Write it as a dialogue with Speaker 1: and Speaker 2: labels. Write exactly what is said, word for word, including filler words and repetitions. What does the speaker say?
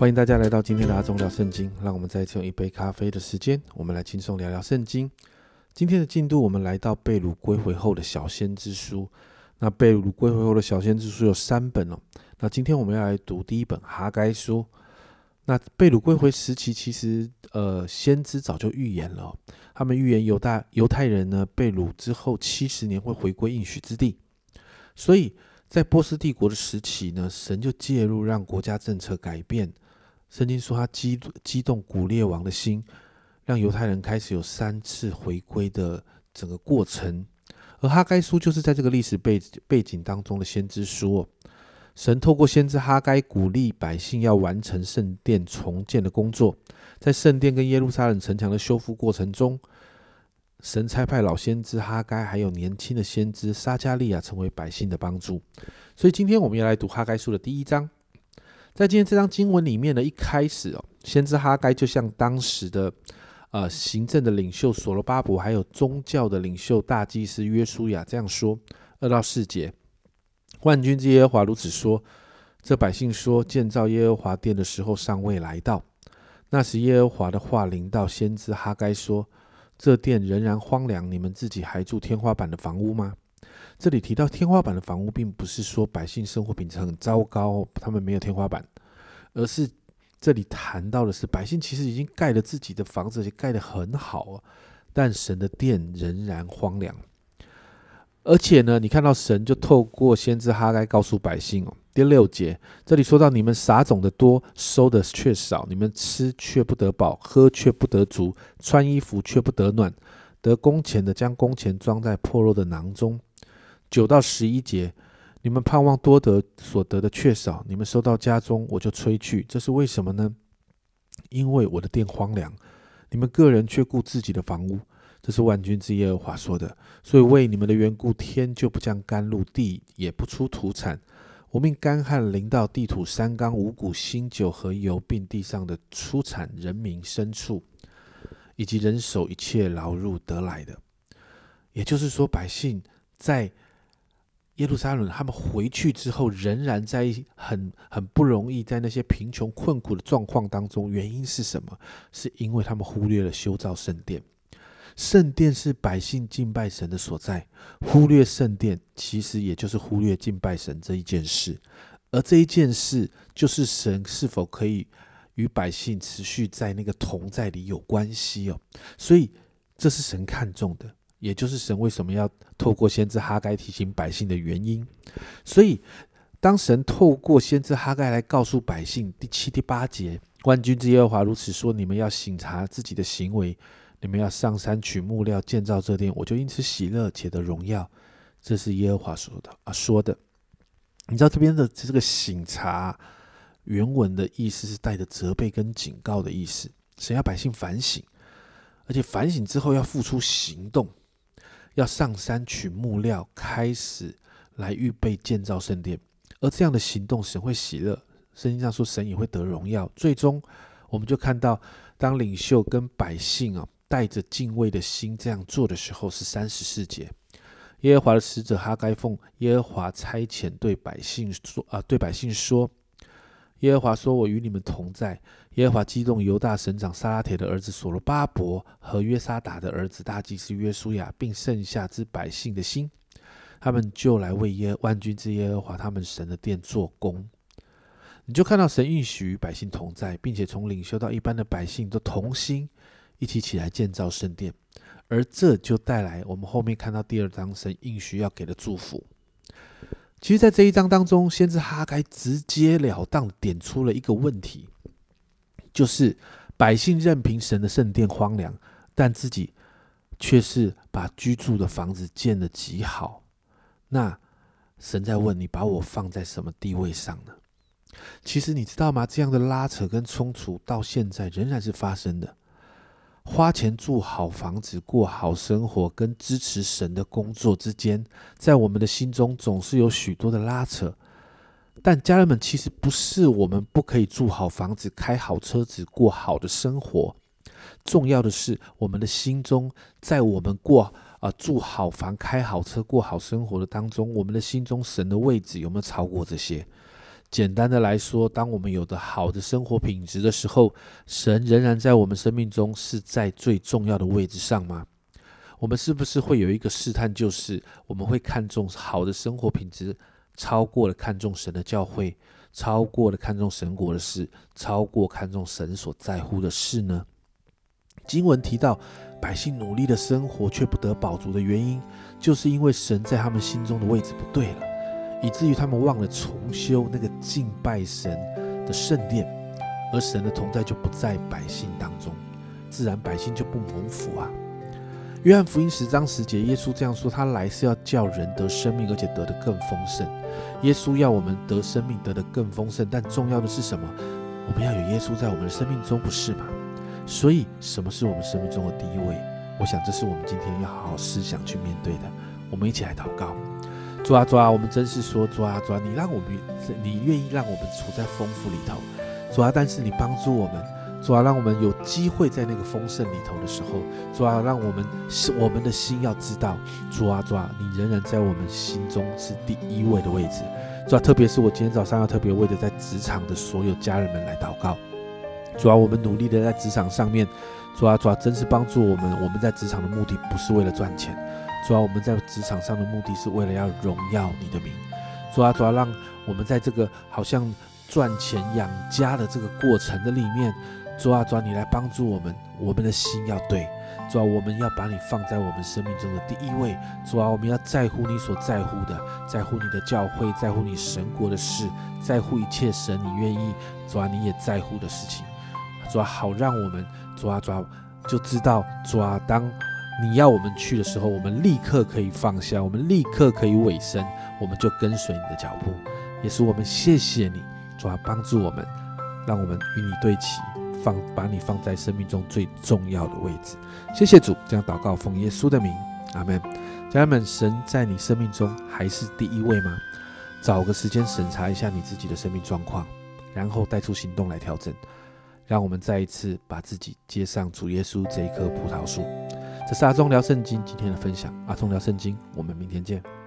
Speaker 1: 欢迎大家来到今天的阿忠聊圣经，让我们再次用一杯咖啡的时间，我们来轻松聊聊圣经。今天的进度，我们来到被掳归回后的小先知书。那被掳归回后的小先知书有三本哦。那今天我们要来读第一本哈该书。那被掳归回时期，其实呃先知早就预言了、哦，他们预言犹大犹太人呢被掳之后七十年会回归应许之地，所以在波斯帝国的时期呢，神就介入，让国家政策改变。圣经说他 激, 激动古列王的心，让犹太人开始有三次回归的整个过程。而哈该书就是在这个历史 背, 背景当中的先知书、哦、神透过先知哈该鼓励百姓要完成圣殿重建的工作。在圣殿跟耶路撒冷城墙的修复过程中，神差派老先知哈该还有年轻的先知撒迦利亚成为百姓的帮助。所以今天我们要来读哈该书的第一章。在今天这章经文里面呢，一开始、哦、先知哈该就像当时的、呃、行政的领袖所罗巴伯，还有宗教的领袖大祭司约书亚这样说。二到四节，万军之耶和华如此说：这百姓说，建造耶和华殿的时候尚未来到。那时耶和华的话临到先知哈该说：这殿仍然荒凉，你们自己还住天花板的房屋吗？这里提到天花板的房屋，并不是说百姓生活品质很糟糕，他们没有天花板，而是这里谈到的是百姓其实已经盖了自己的房子，也盖得很好，但神的殿仍然荒凉。而且呢，你看到神就透过先知哈该告诉百姓、哦、第六节这里说到：你们撒种的多，收的却少，你们吃却不得饱，喝却不得足，穿衣服却不得暖，得工钱的将工钱装在破漏的囊中。九到十一节，你们盼望多得，所得的却少，你们收到家中，我就吹去，这是为什么呢？因为我的殿荒凉，你们个人却顾自己的房屋，这是万军之耶和华说的。所以为你们的缘故，天就不降甘露，地也不出土产。我命干旱临到地土、山冈、五谷、新酒和油，并地上的出产人民、牲畜，以及人手一切劳碌得来的。也就是说，百姓在耶路撒冷他们回去之后，仍然在 很, 很不容易，在那些贫穷困苦的状况当中。原因是什么？是因为他们忽略了修造圣殿。圣殿是百姓敬拜神的所在，忽略圣殿其实也就是忽略敬拜神这一件事。而这一件事就是神是否可以与百姓持续在那个同在里有关系、哦、所以这是神看重的，也就是神为什么要透过先知哈该提醒百姓的原因。所以当神透过先知哈该来告诉百姓，第七、第八节，万军之耶和华如此说：你们要省察自己的行为，你们要上山取木料建造这殿，我就因此喜乐，且得荣耀。这是耶和华说的、啊、说的。你知道这边的这个省察原文的意思是带着责备跟警告的意思，神要百姓反省，而且反省之后要付出行动，要上山取木料，开始来预备建造圣殿。而这样的行动，神会喜乐，圣经上说神也会得荣耀。最终我们就看到，当领袖跟百姓、哦、带着敬畏的心这样做的时候，是三十四节，耶和华的使者哈该奉耶和华差遣对百姓说、啊、对百姓说，耶和华说：我与你们同在。耶和华激动犹大省长撒拉铁的儿子所罗巴伯和约沙达的儿子大祭司约书亚，并剩下之百姓的心，他们就来为耶万军之耶和华他们神的殿做工。你就看到神应许与百姓同在，并且从领袖到一般的百姓都同心一起起来建造圣殿。而这就带来我们后面看到第二章神应许要给的祝福。其实在这一章当中，先知哈该直截了当点出了一个问题，就是百姓任凭神的圣殿荒凉，但自己却是把居住的房子建得极好。那神在问你，把我放在什么地位上呢？其实你知道吗？这样的拉扯跟冲突到现在仍然是发生的。花钱住好房子，过好生活，跟支持神的工作之间，在我们的心中总是有许多的拉扯。但家人们，其实不是我们不可以住好房子，开好车子，过好的生活。重要的是我们的心中，在我们过、呃、住好房，开好车，过好生活的当中，我们的心中神的位置有没有超过这些？ 简单的来说，当我们有的好的生活品质的时候，神仍然在我们生命中是在最重要的位置上吗？我们是不是会有一个试探，就是我们会看重好的生活品质，超过了看重神的教会，超过了看重神国的事，超过看重神所在乎的事呢？经文提到，百姓努力的生活却不得饱足的原因，就是因为神在他们心中的位置不对了，以至于他们忘了重修那个敬拜神的圣殿，而神的同在就不在百姓当中，自然百姓就不蒙福啊。约翰福音十章十节，耶稣这样说：他来是要叫人得生命，而且得得更丰盛。耶稣要我们得生命，得得更丰盛，但重要的是什么？我们要有耶稣在我们的生命中，不是吗？所以什么是我们生命中的第一位？我想这是我们今天要好好思想去面对的。我们一起来祷告。主啊主啊，我们真是说，主啊主啊，你让我们，你愿意让我们处在丰富里头，主啊，但是你帮助我们，主啊，让我们有机会在那个丰盛里头的时候，主啊，让我们我们的心要知道，主啊主啊，你仍然在我们心中是第一位的位置。主啊，特别是我今天早上要特别为着在职场的所有家人们来祷告。主啊，我们努力的在职场上面，主啊主啊，真是帮助我们。我们在职场的目的不是为了赚钱，主啊，我们在职场上的目的是为了要荣耀你的名。主啊主啊，让我们在这个好像赚钱养家的这个过程的里面，主啊主啊，你来帮助我们，我们的心要对。主啊，我们要把你放在我们生命中的第一位。主啊，我们要在乎你所在乎的，在乎你的教会，在乎你神国的事，在乎一切神你愿意，主啊你也在乎的事情。主啊，好让我们，主啊主啊，就知道，主啊，当你要我们去的时候，我们立刻可以放下，我们立刻可以委身，我们就跟随你的脚步。也是我们谢谢你，主啊，帮助我们，让我们与你对齐，放把你放在生命中最重要的位置。谢谢主，这样祷告奉耶稣的名，阿们。家人们，神在你生命中还是第一位吗？找个时间审查一下你自己的生命状况，然后带出行动来调整。让我们再一次把自己接上主耶稣这一棵葡萄树。这是阿忠聊圣经今天的分享，阿忠聊圣经，我们明天见。